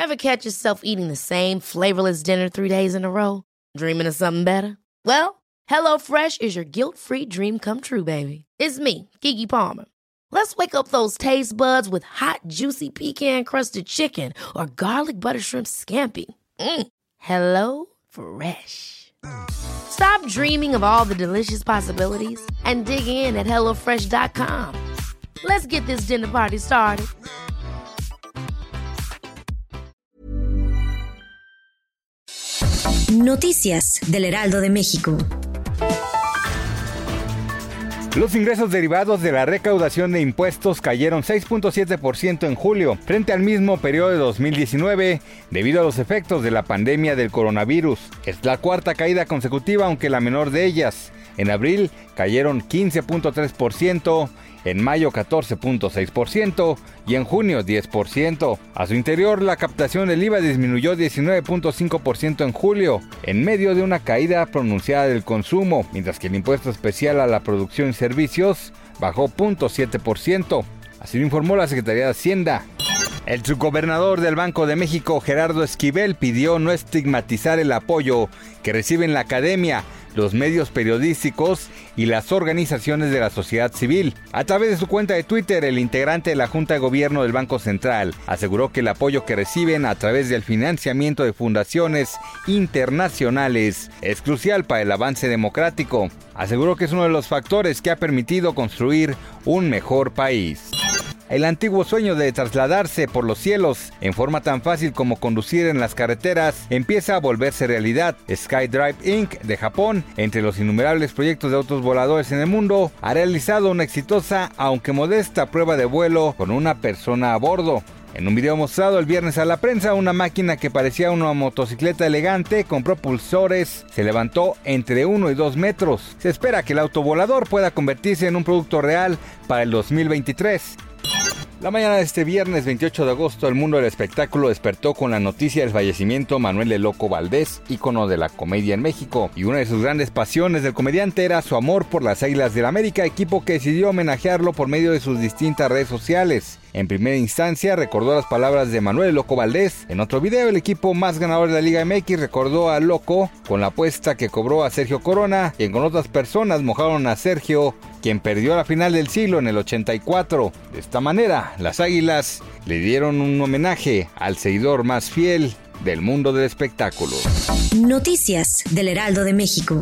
Ever catch yourself eating the same flavorless dinner 3 days in a row? Dreaming of something better? Well, HelloFresh is your guilt-free dream come true, baby. It's me, Keke Palmer. Let's wake up those taste buds with hot, juicy pecan-crusted chicken or garlic butter shrimp scampi. Hello Fresh. Stop dreaming of all the delicious possibilities and dig in at HelloFresh.com. Let's get this dinner party started. Noticias del Heraldo de México. Los ingresos derivados de la recaudación de impuestos cayeron 6.7% en julio, frente al mismo periodo de 2019, debido a los efectos de la pandemia del coronavirus. Es la cuarta caída consecutiva, aunque la menor de ellas. En abril cayeron 15.3%, en mayo 14.6% y en junio 10%. A su interior, la captación del IVA disminuyó 19.5% en julio, en medio de una caída pronunciada del consumo, mientras que el impuesto especial a la producción y servicios bajó 0.7%. Así lo informó la Secretaría de Hacienda. El subgobernador del Banco de México, Gerardo Esquivel, pidió no estigmatizar el apoyo que reciben la academia, los medios periodísticos y las organizaciones de la sociedad civil. A través de su cuenta de Twitter, el integrante de la Junta de Gobierno del Banco Central aseguró que el apoyo que reciben a través del financiamiento de fundaciones internacionales es crucial para el avance democrático. Aseguró que es uno de los factores que ha permitido construir un mejor país. El antiguo sueño de trasladarse por los cielos en forma tan fácil como conducir en las carreteras empieza a volverse realidad. SkyDrive Inc. de Japón, entre los innumerables proyectos de autos voladores en el mundo, ha realizado una exitosa, aunque modesta, prueba de vuelo con una persona a bordo. En un video mostrado el viernes a la prensa, una máquina que parecía una motocicleta elegante con propulsores se levantó entre 1 y 2 metros. Se espera que el autovolador pueda convertirse en un producto real para el 2023. La mañana de este viernes 28 de agosto, el mundo del espectáculo despertó con la noticia del fallecimiento de Manuel El Loco Valdés, ícono de la comedia en México. Y una de sus grandes pasiones del comediante era su amor por las Águilas del América, equipo que decidió homenajearlo por medio de sus distintas redes sociales. En primera instancia, recordó las palabras de Manuel El Loco Valdés. En otro video, el equipo más ganador de la Liga MX recordó al Loco con la apuesta que cobró a Sergio Corona, quien con otras personas mojaron a Sergio, quien perdió la final del siglo en el 84. De esta manera, las Águilas le dieron un homenaje al seguidor más fiel del mundo del espectáculo. Noticias del Heraldo de México.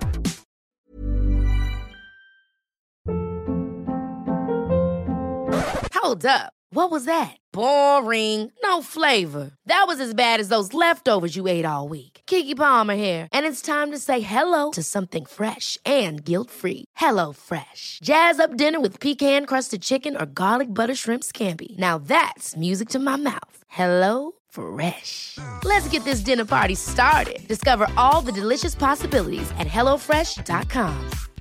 Hold up. What was that? Boring. No flavor. That was as bad as those leftovers you ate all week. Keke Palmer here, and it's time to say hello to something fresh and guilt-free. Hello Fresh. Jazz up dinner with pecan-crusted chicken or garlic butter shrimp scampi. Now that's music to my mouth. Hello Fresh. Let's get this dinner party started. Discover all the delicious possibilities at HelloFresh.com.